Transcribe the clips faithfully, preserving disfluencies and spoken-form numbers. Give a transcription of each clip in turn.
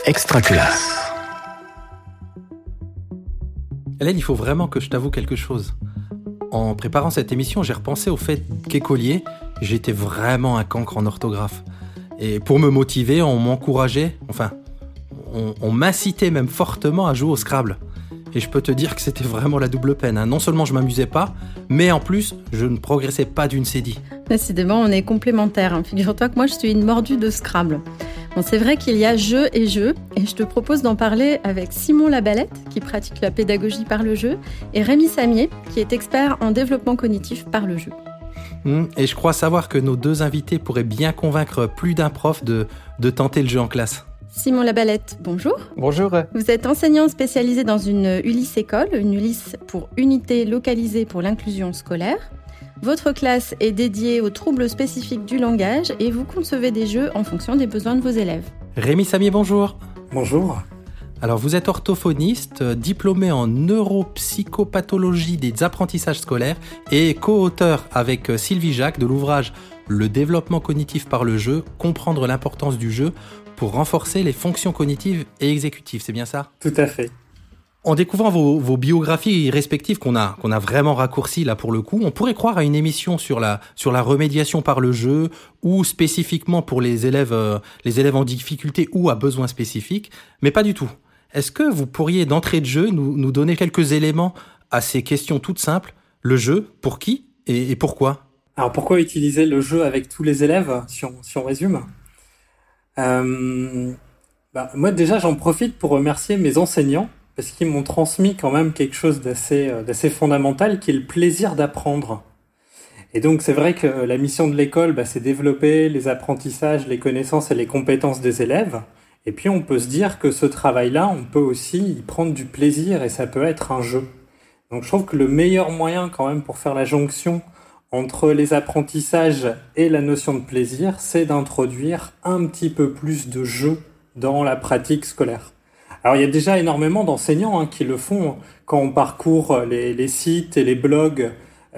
Extraculasse. Hélène, il faut vraiment que je t'avoue quelque chose. En préparant cette émission, j'ai repensé au fait qu'écolier, j'étais vraiment un cancre en orthographe. Et pour me motiver, on m'encourageait, enfin, on, on m'incitait même fortement à jouer au Scrabble. Et je peux te dire que c'était vraiment la double peine. Hein. Non seulement je m'amusais pas, mais en plus, je ne progressais pas d'une cédille. Décidément, on est complémentaires. Hein. Figure-toi que moi, je suis une mordue de Scrabble. Bon, c'est vrai qu'il y a jeu et jeu, et je te propose d'en parler avec Simon Labalette, qui pratique la pédagogie par le jeu, et Rémi Samier, qui est expert en développement cognitif par le jeu. Mmh, et je crois savoir que nos deux invités pourraient bien convaincre plus d'un prof de, de tenter le jeu en classe. Simon Labalette, bonjour. Bonjour. Vous êtes enseignant spécialisé dans une Ulysse École, une Ulysse pour unité localisée pour l'inclusion scolaire. Votre classe est dédiée aux troubles spécifiques du langage et vous concevez des jeux en fonction des besoins de vos élèves. Rémi Samier, bonjour. Bonjour. Alors, vous êtes orthophoniste, diplômé en neuropsychopathologie des apprentissages scolaires et co-auteur avec Sylvie Jacques de l'ouvrage « Le développement cognitif par le jeu, comprendre l'importance du jeu pour renforcer les fonctions cognitives et exécutives ». C'est bien ça ? Tout à fait. En découvrant vos, vos biographies respectives qu'on a, qu'on a vraiment raccourcies là pour le coup, on pourrait croire à une émission sur la, sur la remédiation par le jeu ou spécifiquement pour les élèves, euh, les élèves en difficulté ou à besoins spécifiques, mais pas du tout. Est-ce que vous pourriez d'entrée de jeu nous, nous donner quelques éléments à ces questions toutes simples ? Le jeu, pour qui et, et pourquoi ? Alors pourquoi utiliser le jeu avec tous les élèves, si on, si on résume ? euh, bah, Moi déjà j'en profite pour remercier mes enseignants, parce qu'ils m'ont transmis quand même quelque chose d'assez, d'assez fondamental, qui est le plaisir d'apprendre. Et donc c'est vrai que la mission de l'école, bah, c'est développer les apprentissages, les connaissances et les compétences des élèves. Et puis on peut se dire que ce travail-là, on peut aussi y prendre du plaisir et ça peut être un jeu. Donc je trouve que le meilleur moyen quand même pour faire la jonction entre les apprentissages et la notion de plaisir, c'est d'introduire un petit peu plus de jeu dans la pratique scolaire. Alors il y a déjà énormément d'enseignants hein, qui le font quand on parcourt les, les sites et les blogs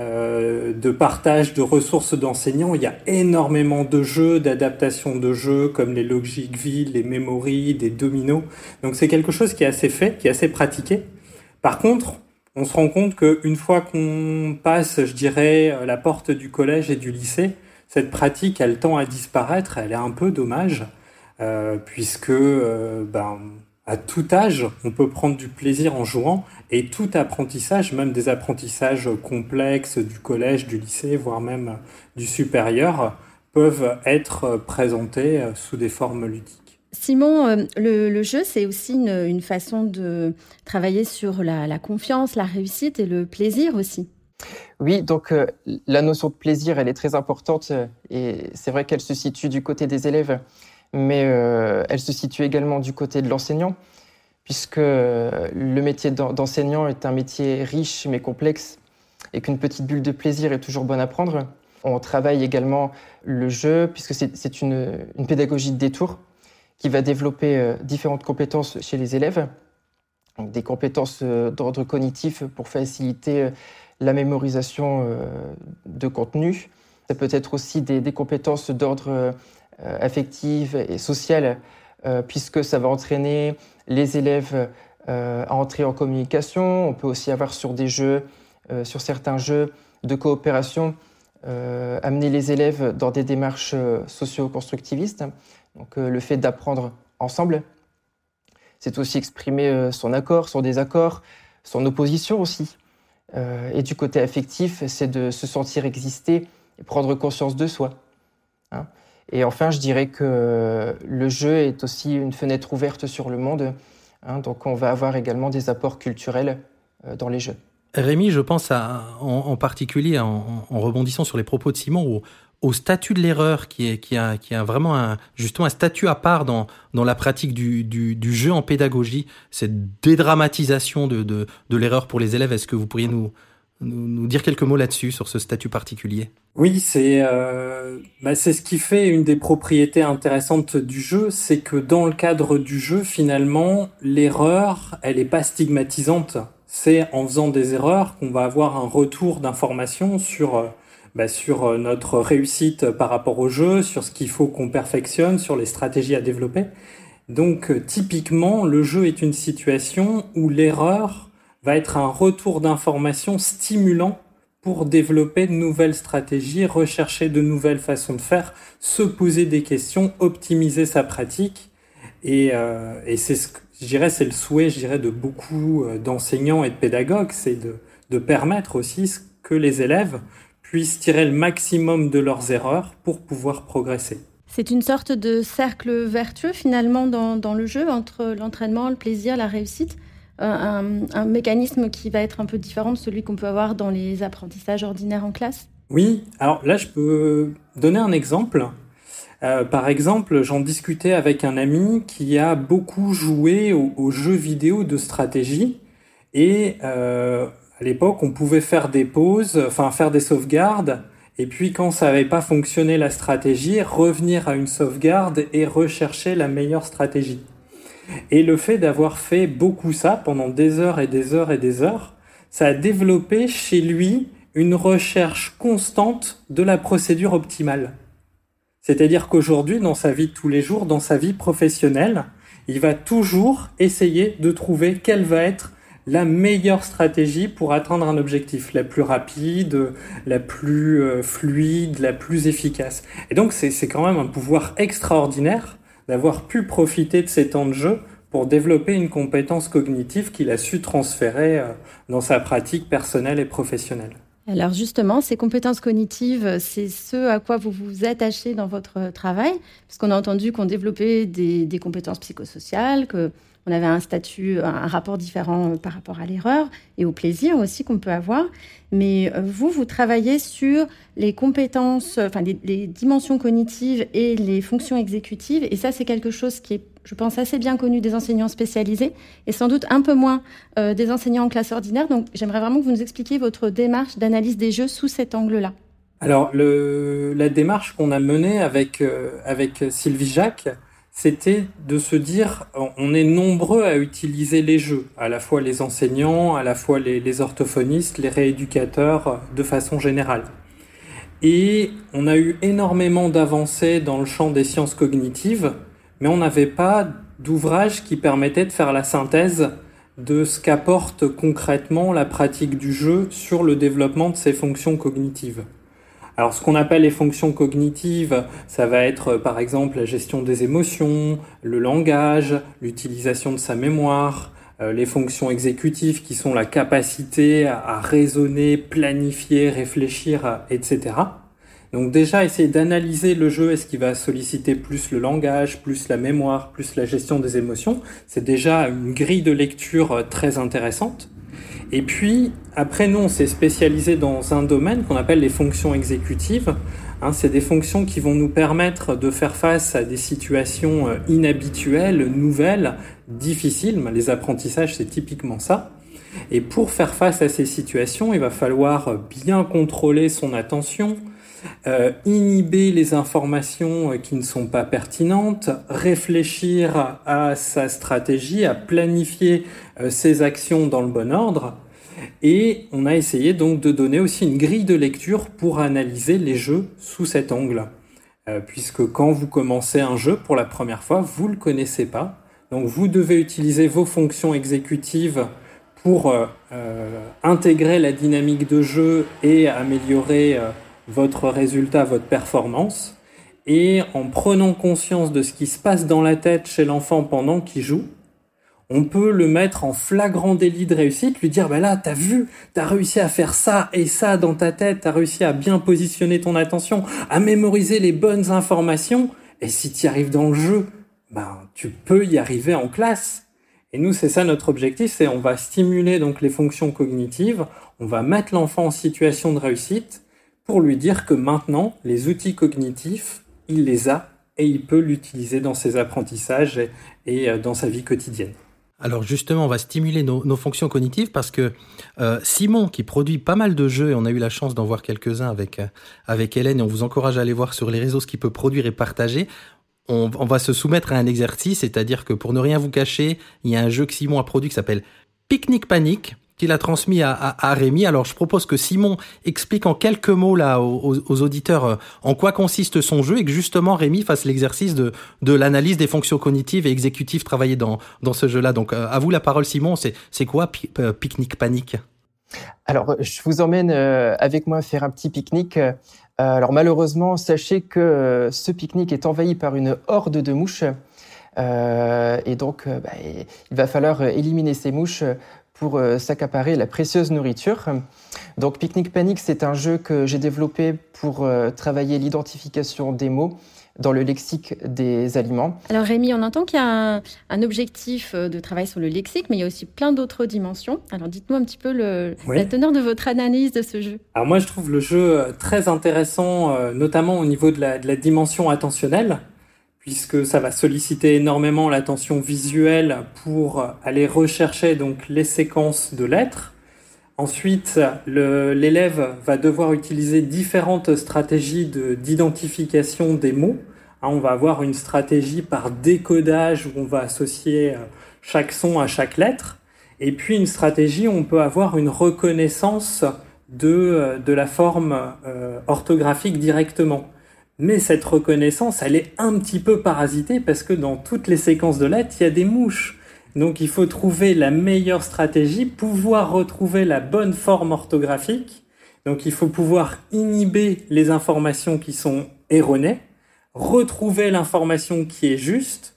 euh, de partage de ressources d'enseignants. Il y a énormément de jeux, d'adaptations de jeux comme les Logicville, les Memory, des dominos. Donc c'est quelque chose qui est assez fait, qui est assez pratiqué. Par contre, on se rend compte qu'une fois qu'on passe, je dirais, la porte du collège et du lycée, cette pratique, elle tend à disparaître. Elle est un peu dommage euh, puisque euh, ben à tout âge, on peut prendre du plaisir en jouant et tout apprentissage, même des apprentissages complexes du collège, du lycée, voire même du supérieur, peuvent être présentés sous des formes ludiques. Simon, le, le jeu, c'est aussi une, une façon de travailler sur la, la confiance, la réussite et le plaisir aussi. Oui, donc euh, la notion de plaisir, elle est très importante et c'est vrai qu'elle se situe du côté des élèves. Mais euh, elle se situe également du côté de l'enseignant, puisque euh, le métier d'enseignant est un métier riche mais complexe et qu'une petite bulle de plaisir est toujours bonne à prendre. On travaille également le jeu, puisque c'est, c'est une, une pédagogie de détour qui va développer euh, différentes compétences chez les élèves, donc des compétences euh, d'ordre cognitif pour faciliter euh, la mémorisation euh, de contenu. Ça peut être aussi des, des compétences d'ordre euh, affective et sociale, euh, puisque ça va entraîner les élèves euh, à entrer en communication. On peut aussi avoir sur des jeux, euh, sur certains jeux de coopération, euh, amener les élèves dans des démarches euh, socio-constructivistes. Donc euh, le fait d'apprendre ensemble, c'est aussi exprimer euh, son accord, son désaccord, son opposition aussi. Euh, et du côté affectif, c'est de se sentir exister et prendre conscience de soi. Hein. Et enfin, je dirais que le jeu est aussi une fenêtre ouverte sur le monde. Hein, donc, on va avoir également des apports culturels euh, dans les jeux. Rémi, je pense à, en, en particulier, en, en rebondissant sur les propos de Simon, au, au statut de l'erreur, qui est, qui a, qui a vraiment un, justement un statut à part dans, dans la pratique du, du, du jeu en pédagogie, cette dédramatisation de, de, de l'erreur pour les élèves. Est-ce que vous pourriez nous... Nous, nous dire quelques mots là-dessus, sur ce statut particulier ? Oui, c'est, euh, bah c'est ce qui fait une des propriétés intéressantes du jeu, c'est que dans le cadre du jeu, finalement, l'erreur, elle est pas stigmatisante. C'est en faisant des erreurs qu'on va avoir un retour d'information sur, bah, sur notre réussite par rapport au jeu, sur ce qu'il faut qu'on perfectionne, sur les stratégies à développer. Donc euh, typiquement, le jeu est une situation où l'erreur va être un retour d'information stimulant pour développer de nouvelles stratégies, rechercher de nouvelles façons de faire, se poser des questions, optimiser sa pratique. Et, euh, et c'est ce que je dirais, c'est le souhait, je dirais, de beaucoup d'enseignants et de pédagogues, c'est de, de permettre aussi que les élèves puissent tirer le maximum de leurs erreurs pour pouvoir progresser. C'est une sorte de cercle vertueux finalement dans, dans le jeu, entre l'entraînement, le plaisir, la réussite. Un, un mécanisme qui va être un peu différent de celui qu'on peut avoir dans les apprentissages ordinaires en classe? Oui, alors là, je peux donner un exemple. Euh, par exemple, j'en discutais avec un ami qui a beaucoup joué aux, aux jeux vidéo de stratégie et euh, à l'époque, on pouvait faire des pauses, enfin faire des sauvegardes et puis quand ça n'avait pas fonctionné la stratégie, revenir à une sauvegarde et rechercher la meilleure stratégie. Et le fait d'avoir fait beaucoup ça pendant des heures et des heures et des heures, ça a développé chez lui une recherche constante de la procédure optimale. C'est-à-dire qu'aujourd'hui, dans sa vie de tous les jours, dans sa vie professionnelle, il va toujours essayer de trouver quelle va être la meilleure stratégie pour atteindre un objectif, la plus rapide, la plus euh, fluide, la plus efficace. Et donc, c'est, c'est quand même un pouvoir extraordinaire d'avoir pu profiter de ces temps de jeu pour développer une compétence cognitive qu'il a su transférer dans sa pratique personnelle et professionnelle. Alors justement, ces compétences cognitives, c'est ce à quoi vous vous attachez dans votre travail, parce qu'on a entendu qu'on développait des, des compétences psychosociales, qu'on avait un statut, un rapport différent par rapport à l'erreur et au plaisir aussi qu'on peut avoir. Mais vous, vous travaillez sur les compétences, enfin les, les dimensions cognitives et les fonctions exécutives. Et ça, c'est quelque chose qui est, je pense, assez bien connu des enseignants spécialisés et sans doute un peu moins euh, des enseignants en classe ordinaire. Donc, j'aimerais vraiment que vous nous expliquiez votre démarche d'analyse des jeux sous cet angle-là. Alors, le, la démarche qu'on a menée avec, euh, avec Sylvie Jacques, c'était de se dire, on est nombreux à utiliser les jeux, à la fois les enseignants, à la fois les, les orthophonistes, les rééducateurs, de façon générale. Et on a eu énormément d'avancées dans le champ des sciences cognitives, mais on n'avait pas d'ouvrage qui permettait de faire la synthèse de ce qu'apporte concrètement la pratique du jeu sur le développement de ses fonctions cognitives. Alors, ce qu'on appelle les fonctions cognitives, ça va être, par exemple, la gestion des émotions, le langage, l'utilisation de sa mémoire, euh, les fonctions exécutives qui sont la capacité à, à raisonner, planifier, réfléchir, et cetera. Donc déjà, essayer d'analyser le jeu, est-ce qu'il va solliciter plus le langage, plus la mémoire, plus la gestion des émotions, c'est déjà une grille de lecture très intéressante. Et puis, après, nous, on s'est spécialisé dans un domaine qu'on appelle les fonctions exécutives. Hein, c'est des fonctions qui vont nous permettre de faire face à des situations inhabituelles, nouvelles, difficiles. Les apprentissages, c'est typiquement ça. Et pour faire face à ces situations, il va falloir bien contrôler son attention, euh, inhiber les informations qui ne sont pas pertinentes, réfléchir à sa stratégie, à planifier euh, ses actions dans le bon ordre. Et on a essayé donc de donner aussi une grille de lecture pour analyser les jeux sous cet angle. Euh, puisque quand vous commencez un jeu pour la première fois, vous ne le connaissez pas. Donc vous devez utiliser vos fonctions exécutives pour euh, euh, intégrer la dynamique de jeu et améliorer euh, votre résultat, votre performance. Et en prenant conscience de ce qui se passe dans la tête chez l'enfant pendant qu'il joue, on peut le mettre en flagrant délit de réussite, lui dire bah là, t'as vu, t'as réussi à faire ça et ça dans ta tête, t'as réussi à bien positionner ton attention, à mémoriser les bonnes informations, et si tu y arrives dans le jeu, ben tu peux y arriver en classe. Et nous, c'est ça notre objectif, c'est on va stimuler donc les fonctions cognitives, on va mettre l'enfant en situation de réussite pour lui dire que maintenant, les outils cognitifs, il les a et il peut l'utiliser dans ses apprentissages et, et dans sa vie quotidienne. Alors justement, on va stimuler nos, nos fonctions cognitives parce que euh, Simon, qui produit pas mal de jeux, et on a eu la chance d'en voir quelques-uns avec, avec Hélène, et on vous encourage à aller voir sur les réseaux ce qu'il peut produire et partager. On, on va se soumettre à un exercice, c'est-à-dire que pour ne rien vous cacher, il y a un jeu que Simon a produit qui s'appelle Picnic Panic, qu'il a transmis à, à, à Rémi. Alors, je propose que Simon explique en quelques mots là aux, aux auditeurs euh, en quoi consiste son jeu et que justement Rémi fasse l'exercice de, de l'analyse des fonctions cognitives et exécutives travaillées dans, dans ce jeu-là. Donc, euh, à vous la parole, Simon. C'est, c'est quoi Pi- euh, Pique-Nique Panique ? Alors, je vous emmène euh, avec moi faire un petit pique-nique. Euh, alors, malheureusement, sachez que euh, ce pique-nique est envahi par une horde de mouches. Euh, et donc, euh, bah, il va falloir éliminer ces mouches pour euh, s'accaparer la précieuse nourriture. Donc, Pique-Nique Panique, c'est un jeu que j'ai développé pour euh, travailler l'identification des mots dans le lexique des aliments. Alors Rémi, on entend qu'il y a un, un objectif de travail sur le lexique, mais il y a aussi plein d'autres dimensions. Alors dites-nous un petit peu le, oui. la teneur de votre analyse de ce jeu. Alors moi, je trouve le jeu très intéressant, euh, notamment au niveau de la, de la dimension attentionnelle, puisque ça va solliciter énormément l'attention visuelle pour aller rechercher donc les séquences de lettres. Ensuite, le, l'élève va devoir utiliser différentes stratégies de, d'identification des mots. Hein, on va avoir une stratégie par décodage où on va associer chaque son à chaque lettre. Et puis une stratégie où on peut avoir une reconnaissance de, de la forme euh, orthographique directement. Mais cette reconnaissance, elle est un petit peu parasitée parce que dans toutes les séquences de lettres, il y a des mouches. Donc il faut trouver la meilleure stratégie, pouvoir retrouver la bonne forme orthographique. Donc il faut pouvoir inhiber les informations qui sont erronées, retrouver l'information qui est juste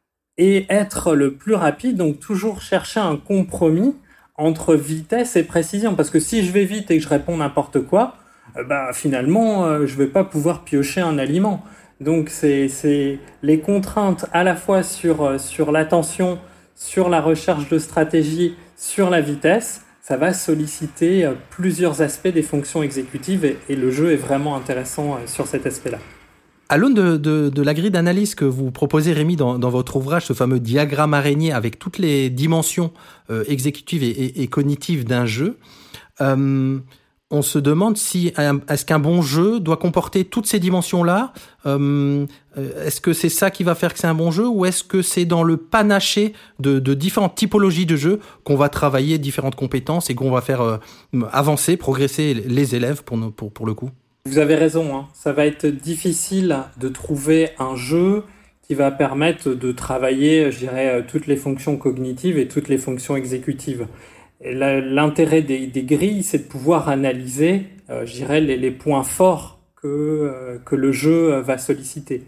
et être le plus rapide. Donc toujours chercher un compromis entre vitesse et précision. Parce que si je vais vite et que je réponds n'importe quoi, euh, bah finalement euh, je vais pas pouvoir piocher un aliment. Donc c'est, c'est les contraintes à la fois sur, sur l'attention, sur la recherche de stratégie, sur la vitesse, ça va solliciter plusieurs aspects des fonctions exécutives et, et le jeu est vraiment intéressant sur cet aspect-là. À l'aune de, de, de la grille d'analyse que vous proposez, Rémi, dans, dans votre ouvrage, ce fameux diagramme araignée avec toutes les dimensions euh, exécutives et, et, et cognitives d'un jeu, euh, on se demande si est-ce qu'un bon jeu doit comporter toutes ces dimensions-là. Euh, est-ce que c'est ça qui va faire que c'est un bon jeu ou est-ce que c'est dans le panaché de, de différentes typologies de jeux qu'on va travailler différentes compétences et qu'on va faire euh, avancer, progresser les élèves pour, nos, pour, pour le coup ? Vous avez raison, hein. Ça va être difficile de trouver un jeu qui va permettre de travailler, je dirais, toutes les fonctions cognitives et toutes les fonctions exécutives. Et l'intérêt des, des grilles, c'est de pouvoir analyser, euh, je dirais, les, les points forts que, euh, que le jeu va solliciter.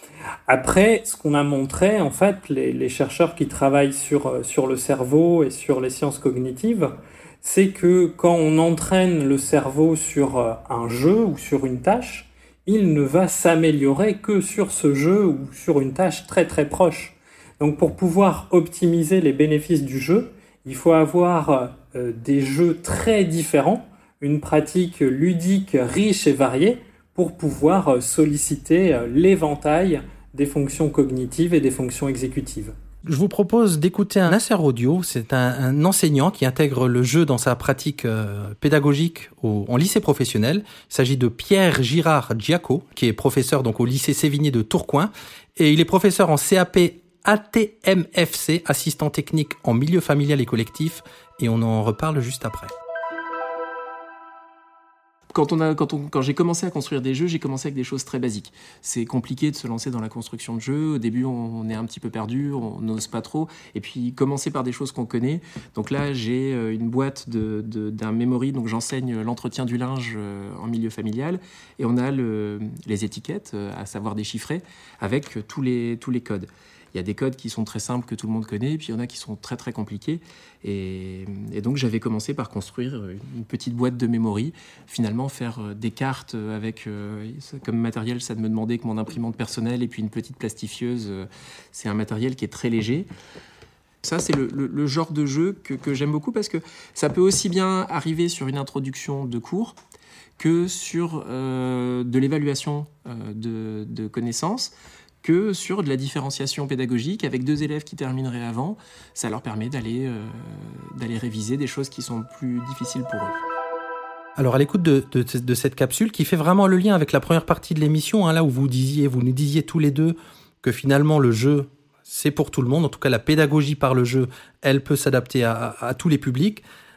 Après, ce qu'on a montré, en fait, les, les chercheurs qui travaillent sur, sur le cerveau et sur les sciences cognitives, c'est que quand on entraîne le cerveau sur un jeu ou sur une tâche, il ne va s'améliorer que sur ce jeu ou sur une tâche très très proche. Donc pour pouvoir optimiser les bénéfices du jeu, il faut avoir euh, des jeux très différents, une pratique ludique riche et variée pour pouvoir solliciter l'éventail des fonctions cognitives et des fonctions exécutives. Je vous propose d'écouter un insert audio. C'est un, un enseignant qui intègre le jeu dans sa pratique euh, pédagogique au, en lycée professionnel. Il s'agit de Pierre Girard Giaco, qui est professeur donc au lycée Sévigné de Tourcoing. Et il est professeur en C A P A T M F C, assistant technique en milieu familial et collectif. Et on en reparle juste après. Quand, on a, quand, on, quand j'ai commencé à construire des jeux, j'ai commencé avec des choses très basiques. C'est compliqué de se lancer dans la construction de jeux. Au début, on est un petit peu perdu, on n'ose pas trop. Et puis, commencer par des choses qu'on connaît. Donc là, j'ai une boîte de, de, d'un memory. Donc, j'enseigne l'entretien du linge en milieu familial. Et on a le, les étiquettes, à savoir déchiffrer, avec tous les, tous les codes. Il y a des codes qui sont très simples que tout le monde connaît, puis il y en a qui sont très très compliqués. Et, et donc j'avais commencé par construire une petite boîte de memory, finalement faire des cartes avec euh, comme matériel, ça me demandait que mon imprimante personnelle et puis une petite plastifieuse. C'est un matériel qui est très léger. Ça, c'est le, le, le genre de jeu que, que j'aime beaucoup parce que ça peut aussi bien arriver sur une introduction de cours que sur euh, de l'évaluation euh, de, de connaissances, que sur de la différenciation pédagogique avec deux élèves qui termineraient avant. Ça leur permet d'aller, euh, d'aller réviser des choses qui sont plus difficiles pour eux. Alors à l'écoute de, de, de cette capsule qui fait vraiment le lien avec la première partie de l'émission, hein, là où vous disiez, vous nous disiez tous les deux que finalement le jeu, c'est pour tout le monde. En tout cas, la pédagogie par le jeu, elle peut s'adapter à, à, à tous les publics.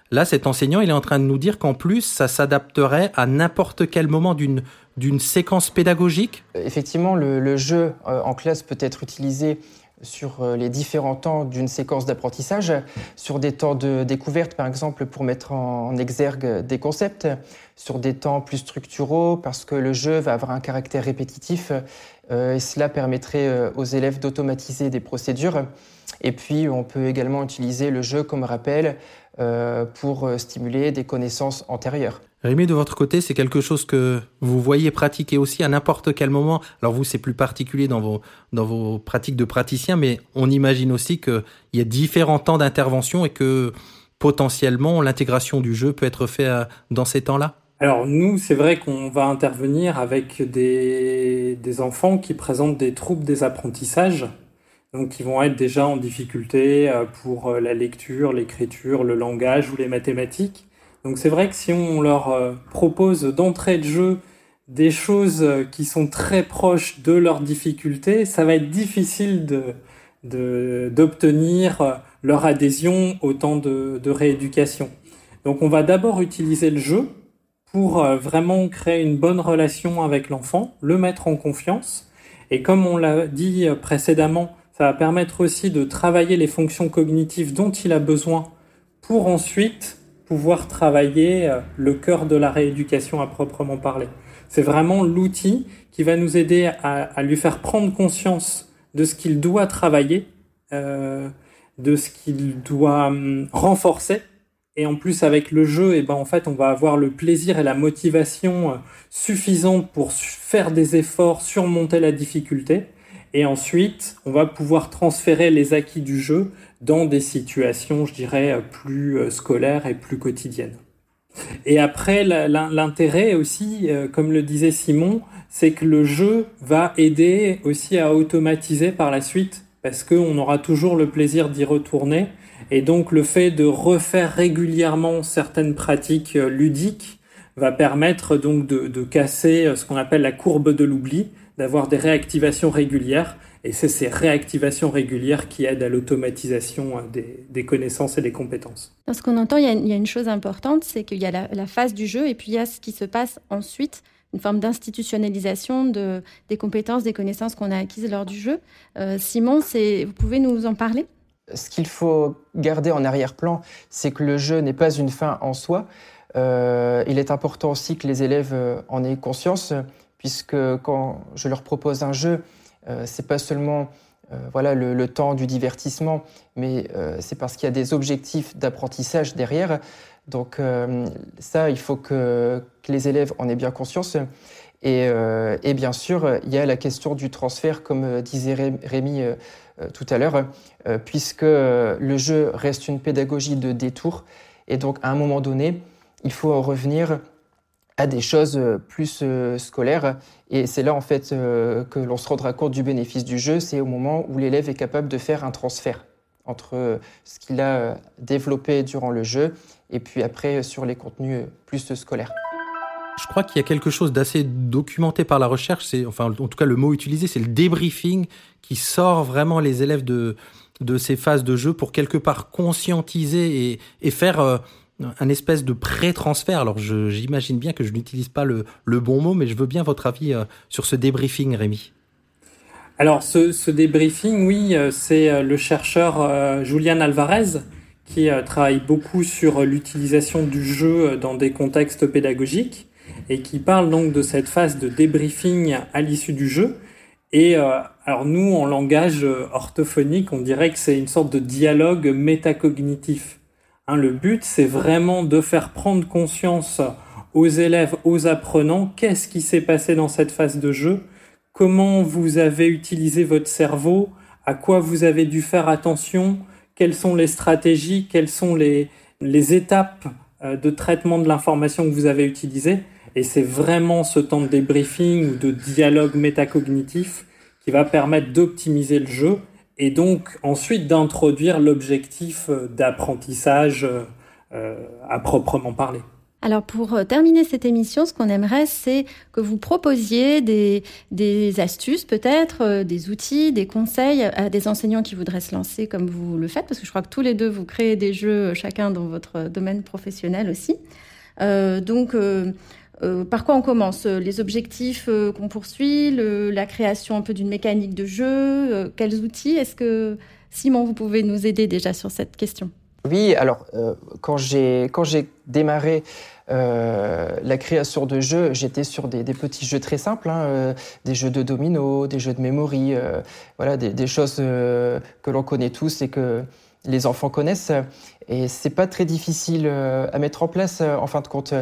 là, cet enseignant, il est en train de nous dire qu'en plus, ça s'adapterait à n'importe quel moment d'une, d'une séquence pédagogique. Effectivement, le, le jeu euh, en classe peut être utilisé sur euh, les différents temps d'une séquence d'apprentissage, sur des temps de découverte, par exemple, pour mettre en, en exergue des concepts, sur des temps plus structuraux, parce que le jeu va avoir un caractère répétitif, euh, et cela permettrait euh, aux élèves d'automatiser des procédures. Et puis, on peut également utiliser le jeu comme rappel euh, pour stimuler des connaissances antérieures. Rémi, de votre côté, c'est quelque chose que vous voyez pratiquer aussi à n'importe quel moment. Alors vous, c'est plus particulier dans vos, dans vos pratiques de praticien, mais on imagine aussi qu'il y a différents temps d'intervention et que potentiellement, l'intégration du jeu peut être faite dans ces temps-là. Alors nous, c'est vrai qu'on va intervenir avec des, des enfants qui présentent des troubles des apprentissages, donc qui vont être déjà en difficulté pour la lecture, l'écriture, le langage ou les mathématiques. Donc c'est vrai que si on leur propose d'entrée de jeu des choses qui sont très proches de leurs difficultés, ça va être difficile de, de, d'obtenir leur adhésion au temps de, de rééducation. Donc on va d'abord utiliser le jeu pour vraiment créer une bonne relation avec l'enfant, le mettre en confiance. Et comme on l'a dit précédemment, ça va permettre aussi de travailler les fonctions cognitives dont il a besoin pour ensuite pouvoir travailler le cœur de la rééducation à proprement parler. C'est vraiment l'outil qui va nous aider à, à lui faire prendre conscience de ce qu'il doit travailler, euh, de ce qu'il doit hum, renforcer. Et en plus, avec le jeu, eh ben, en fait, on va avoir le plaisir et la motivation suffisante pour faire des efforts, surmonter la difficulté. Et ensuite, on va pouvoir transférer les acquis du jeu dans des situations, je dirais, plus scolaires et plus quotidiennes. Et après, l'intérêt aussi, comme le disait Simon, c'est que le jeu va aider aussi à automatiser par la suite, parce qu'on aura toujours le plaisir d'y retourner. Et donc, le fait de refaire régulièrement certaines pratiques ludiques va permettre donc de, de casser ce qu'on appelle la courbe de l'oubli, d'avoir des réactivations régulières. Et c'est ces réactivations régulières qui aident à l'automatisation des, des connaissances et des compétences. Dans ce qu'on entend, il y a, il y a une chose importante, c'est qu'il y a la, la phase du jeu et puis il y a ce qui se passe ensuite, une forme d'institutionnalisation de, des compétences, des connaissances qu'on a acquises lors du jeu. Euh, Simon, c'est, vous pouvez nous en parler ? Ce qu'il faut garder en arrière-plan, c'est que le jeu n'est pas une fin en soi. Euh, il est important aussi que les élèves en aient conscience, puisque quand je leur propose un jeu, euh, c'est pas seulement euh, voilà, le, le temps du divertissement, mais euh, c'est parce qu'il y a des objectifs d'apprentissage derrière. Donc euh, ça, il faut que, que les élèves en aient bien conscience. Et, euh, et bien sûr, il y a la question du transfert, comme disait Rémi euh, euh, tout à l'heure, euh, puisque euh, le jeu reste une pédagogie de détour. Et donc, à un moment donné, il faut en revenir à des choses plus euh, scolaires. Et c'est là, en fait, euh, que l'on se rendra compte du bénéfice du jeu. C'est au moment où l'élève est capable de faire un transfert entre ce qu'il a développé durant le jeu et puis après sur les contenus plus scolaires. Je crois qu'il y a quelque chose d'assez documenté par la recherche, c'est, enfin, en tout cas, le mot utilisé, c'est le débriefing qui sort vraiment les élèves de, de ces phases de jeu pour quelque part conscientiser et, et faire euh, un espèce de pré-transfert. Alors, je, j'imagine bien que je n'utilise pas le, le bon mot, mais je veux bien votre avis euh, sur ce débriefing, Rémi. Alors, ce, ce débriefing, oui, c'est le chercheur euh, Julian Alvarez qui euh, travaille beaucoup sur l'utilisation du jeu dans des contextes pédagogiques et qui parle donc de cette phase de débriefing à l'issue du jeu. Et euh, alors nous, en langage orthophonique, on dirait que c'est une sorte de dialogue métacognitif. Hein, le but, c'est vraiment de faire prendre conscience aux élèves, aux apprenants, qu'est-ce qui s'est passé dans cette phase de jeu, comment vous avez utilisé votre cerveau, à quoi vous avez dû faire attention, quelles sont les stratégies, quelles sont les, les étapes de traitement de l'information que vous avez utilisées. Et c'est vraiment ce temps de débriefing ou de dialogue métacognitif qui va permettre d'optimiser le jeu et donc ensuite d'introduire l'objectif d'apprentissage euh, à proprement parler. Alors pour terminer cette émission, ce qu'on aimerait, c'est que vous proposiez des, des astuces peut-être, euh, des outils, des conseils à des enseignants qui voudraient se lancer comme vous le faites, parce que je crois que tous les deux, vous créez des jeux chacun dans votre domaine professionnel aussi. Euh, donc, euh, euh, par quoi on commence ? Les objectifs euh, qu'on poursuit, le, la création un peu d'une mécanique de jeu, euh, quels outils ? Est-ce que, Simon, vous pouvez nous aider déjà sur cette question ? Oui, alors euh, quand j'ai quand j'ai démarré euh, la création de jeux, j'étais sur des, des petits jeux très simples, hein, euh, des jeux de domino, des jeux de memory, euh, voilà, des, des choses euh, que l'on connaît tous et que les enfants connaissent. Et c'est pas très difficile euh, à mettre en place euh, en fin de compte.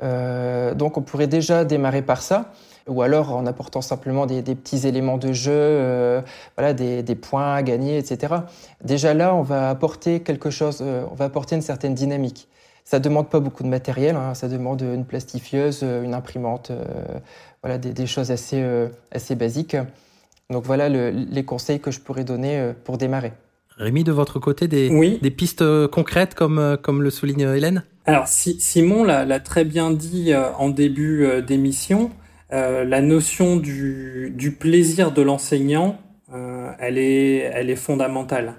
Euh, donc on pourrait déjà démarrer par ça. Ou alors en apportant simplement des, des petits éléments de jeu, euh, voilà, des, des points à gagner, et cetera. Déjà là, on va apporter quelque chose, euh, on va apporter une certaine dynamique. Ça demande pas beaucoup de matériel, hein, ça demande une plastifieuse, une imprimante, euh, voilà, des, des choses assez, euh, assez basiques. Donc voilà le, les conseils que je pourrais donner euh, pour démarrer. Rémi, de votre côté, des, oui. des pistes concrètes comme, comme le souligne Hélène ? Alors si, Simon l'a, l'a très bien dit euh, en début euh, d'émission. Euh, la notion du, du plaisir de l'enseignant, euh, elle est, elle est fondamentale.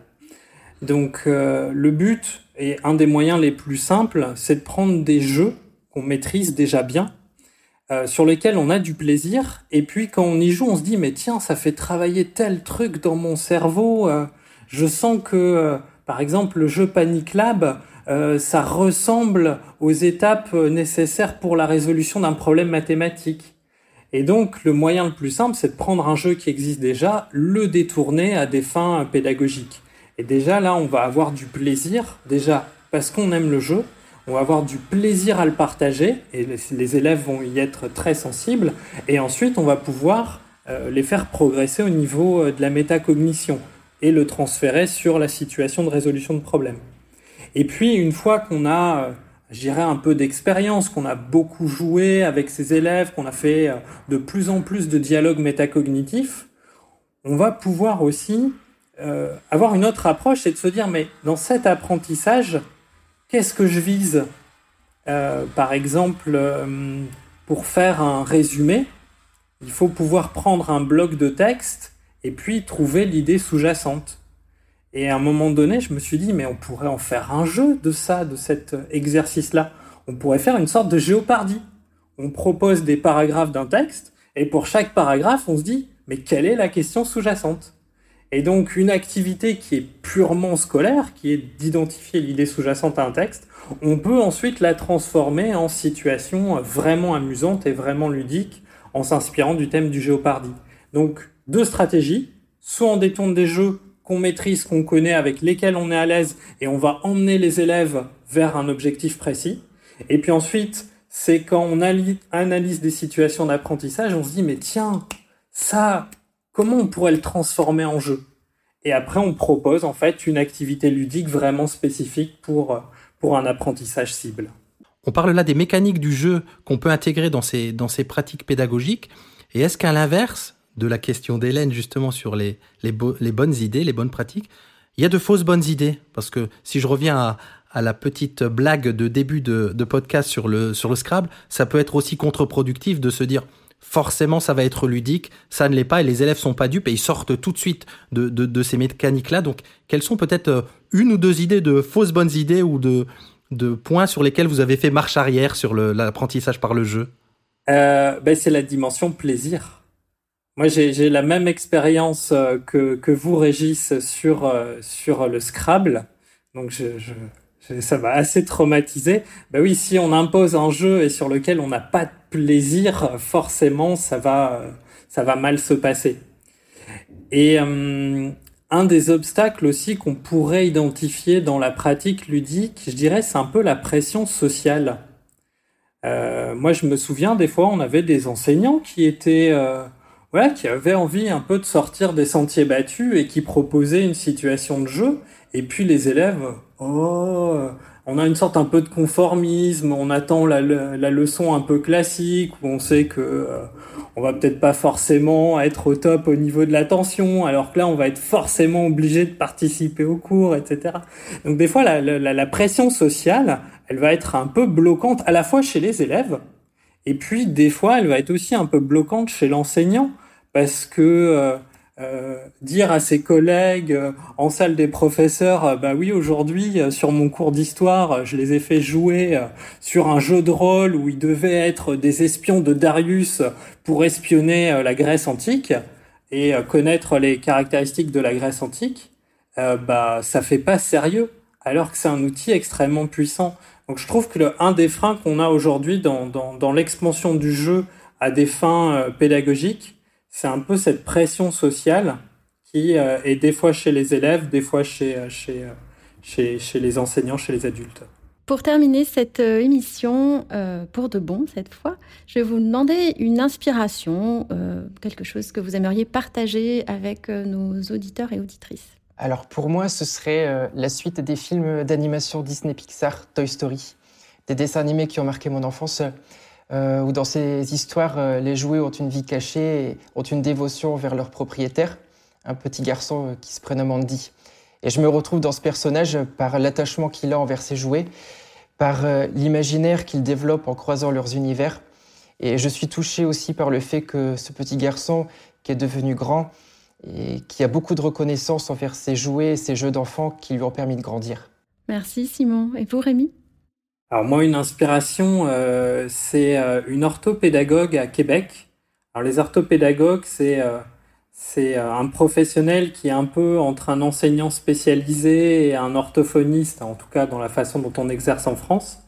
Donc, euh, le but, et un des moyens les plus simples, c'est de prendre des jeux qu'on maîtrise déjà bien, euh, sur lesquels on a du plaisir, et puis quand on y joue, on se dit, mais tiens, ça fait travailler tel truc dans mon cerveau, euh, je sens que, euh, par exemple, le jeu Panic Lab, euh, ça ressemble aux étapes nécessaires pour la résolution d'un problème mathématique. Et donc, le moyen le plus simple, c'est de prendre un jeu qui existe déjà, le détourner à des fins pédagogiques. Et déjà, là, on va avoir du plaisir, déjà, parce qu'on aime le jeu, on va avoir du plaisir à le partager, et les, les élèves vont y être très sensibles, et ensuite, on va pouvoir euh, les faire progresser au niveau de la métacognition, et le transférer sur la situation de résolution de problèmes. Et puis, une fois qu'on a... Euh, je dirais un peu d'expérience, qu'on a beaucoup joué avec ses élèves, qu'on a fait de plus en plus de dialogues métacognitifs, on va pouvoir aussi euh, avoir une autre approche, c'est de se dire, mais dans cet apprentissage, qu'est-ce que je vise ? euh, Par exemple, euh, pour faire un résumé, il faut pouvoir prendre un bloc de texte et puis trouver l'idée sous-jacente. Et à un moment donné, je me suis dit, mais on pourrait en faire un jeu de ça, de cet exercice-là. On pourrait faire une sorte de Jeopardy. On propose des paragraphes d'un texte, et pour chaque paragraphe, on se dit, mais quelle est la question sous-jacente ? Et donc, une activité qui est purement scolaire, qui est d'identifier l'idée sous-jacente à un texte, on peut ensuite la transformer en situation vraiment amusante et vraiment ludique, en s'inspirant du thème du Jeopardy. Donc, deux stratégies. Soit on détourne des jeux qu'on maîtrise, qu'on connaît, avec lesquels on est à l'aise, et on va emmener les élèves vers un objectif précis. Et puis ensuite, c'est quand on analyse des situations d'apprentissage, on se dit, mais tiens, ça, comment on pourrait le transformer en jeu ? Et après, on propose en fait une activité ludique vraiment spécifique pour, pour un apprentissage cible. On parle là des mécaniques du jeu qu'on peut intégrer dans ces, dans ces pratiques pédagogiques. Et est-ce qu'à l'inverse de la question d'Hélène justement sur les, les, bo- les bonnes idées, les bonnes pratiques, il y a de fausses bonnes idées? Parce que si je reviens à, à la petite blague de début de, de podcast sur le, sur le Scrabble, ça peut être aussi contre-productif de se dire forcément ça va être ludique, ça ne l'est pas et les élèves sont pas dupes et ils sortent tout de suite de, de, de ces mécaniques-là. Donc quelles sont peut-être une ou deux idées de fausses bonnes idées ou de, de points sur lesquels vous avez fait marche arrière sur le, l'apprentissage par le jeu? euh, ben C'est la dimension plaisir. Moi, j'ai, j'ai la même expérience euh, que, que vous, Régis, sur, euh, sur le Scrabble. Donc, je, je, je, ça m'a assez traumatisé. Ben oui, si on impose un jeu et sur lequel on n'a pas de plaisir, forcément, ça va, euh, ça va mal se passer. Et euh, un des obstacles aussi qu'on pourrait identifier dans la pratique ludique, je dirais, c'est un peu la pression sociale. Euh, moi, je me souviens, des fois, on avait des enseignants qui étaient... Euh, Ouais, qui avait envie un peu de sortir des sentiers battus et qui proposait une situation de jeu. Et puis les élèves, oh, on a une sorte un peu de conformisme, on attend la, la leçon un peu classique, où on sait que euh, on va peut-être pas forcément être au top au niveau de l'attention, alors que là, on va être forcément obligé de participer au cours, et cetera. Donc des fois, la, la, la pression sociale, elle va être un peu bloquante à la fois chez les élèves, et puis des fois, elle va être aussi un peu bloquante chez l'enseignant, parce que euh, euh, dire à ses collègues euh, en salle des professeurs, euh, bah oui, aujourd'hui, euh, sur mon cours d'histoire, euh, je les ai fait jouer euh, sur un jeu de rôle où ils devaient être des espions de Darius pour espionner euh, la Grèce antique et euh, connaître les caractéristiques de la Grèce antique, euh, bah ça fait pas sérieux, alors que c'est un outil extrêmement puissant. Donc je trouve que le, un des freins qu'on a aujourd'hui dans, dans, dans l'expansion du jeu à des fins euh, pédagogiques, c'est un peu cette pression sociale qui euh, est des fois chez les élèves, des fois chez, chez, chez, chez les enseignants, chez les adultes. Pour terminer cette émission, euh, pour de bon cette fois, je vais vous demander une inspiration, euh, quelque chose que vous aimeriez partager avec euh, nos auditeurs et auditrices. Alors pour moi, ce serait euh, la suite des films d'animation Disney Pixar, Toy Story, des dessins animés qui ont marqué mon enfance. Euh, où dans ces histoires, euh, les jouets ont une vie cachée et ont une dévotion vers leur propriétaire, un petit garçon euh, qui se prénomme Andy. Et je me retrouve dans ce personnage par l'attachement qu'il a envers ses jouets, par euh, l'imaginaire qu'il développe en croisant leurs univers. Et je suis touché aussi par le fait que ce petit garçon, qui est devenu grand et qui a beaucoup de reconnaissance envers ses jouets et ses jeux d'enfants qui lui ont permis de grandir. Merci Simon. Et vous Rémi ? Alors moi, une inspiration, euh, c'est euh, une orthopédagogue à Québec. Alors les orthopédagogues, c'est euh, c'est euh, un professionnel qui est un peu entre un enseignant spécialisé et un orthophoniste, en tout cas dans la façon dont on exerce en France,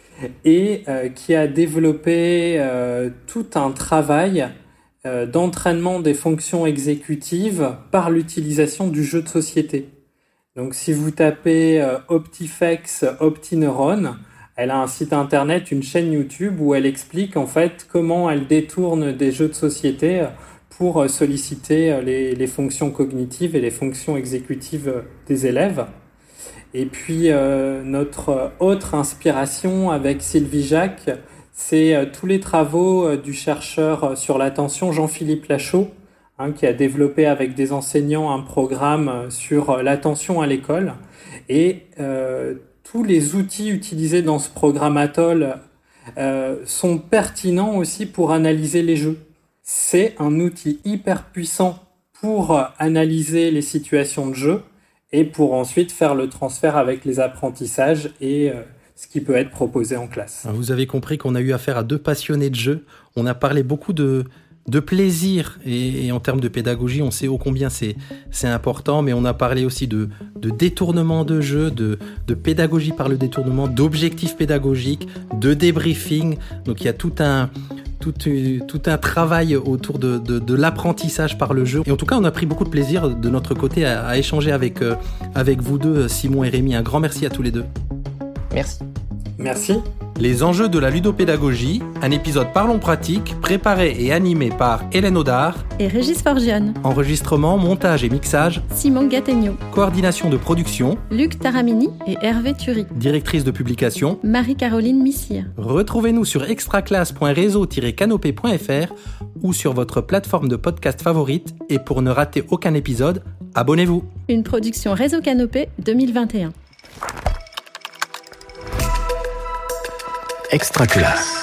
et euh, qui a développé euh, tout un travail euh, d'entraînement des fonctions exécutives par l'utilisation du jeu de société. Donc si vous tapez euh, Optifex OptiNeuron, elle a un site internet, une chaîne YouTube où elle explique en fait comment elle détourne des jeux de société pour solliciter les, les fonctions cognitives et les fonctions exécutives des élèves. Et puis euh, notre autre inspiration avec Sylvie Jacques, c'est euh, tous les travaux euh, du chercheur sur l'attention Jean-Philippe Lachaud, hein, qui a développé avec des enseignants un programme sur euh, l'attention à l'école. Et euh, tous les outils utilisés dans ce programme Atoll euh, sont pertinents aussi pour analyser les jeux. C'est un outil hyper puissant pour analyser les situations de jeu et pour ensuite faire le transfert avec les apprentissages et euh, ce qui peut être proposé en classe. Vous avez compris qu'on a eu affaire à deux passionnés de jeu. On a parlé beaucoup de... de plaisir et, et en termes de pédagogie, on sait ô combien c'est, c'est important, mais on a parlé aussi de, de détournement de jeu, de, de pédagogie par le détournement, d'objectifs pédagogiques, de débriefing. Donc il y a tout un, tout, tout un travail autour de, de, de l'apprentissage par le jeu. Et en tout cas, on a pris beaucoup de plaisir de notre côté à, à échanger avec, euh, avec vous deux, Simon et Rémi. Un grand merci à tous les deux. Merci. Merci. Les enjeux de la ludopédagogie, un épisode Parlons pratique, préparé et animé par Hélène Audard et Régis Forgione. Enregistrement, montage et mixage, Simon Gattegno. Coordination de production, Luc Taramini et Hervé Thury. Directrice de publication, Marie-Caroline Missire. Retrouvez-nous sur extraclasse point réseau tiret canopé point f r ou sur votre plateforme de podcast favorite. Et pour ne rater aucun épisode, abonnez-vous. Une production Réseau Canopé deux mille vingt et un. Extraclasse.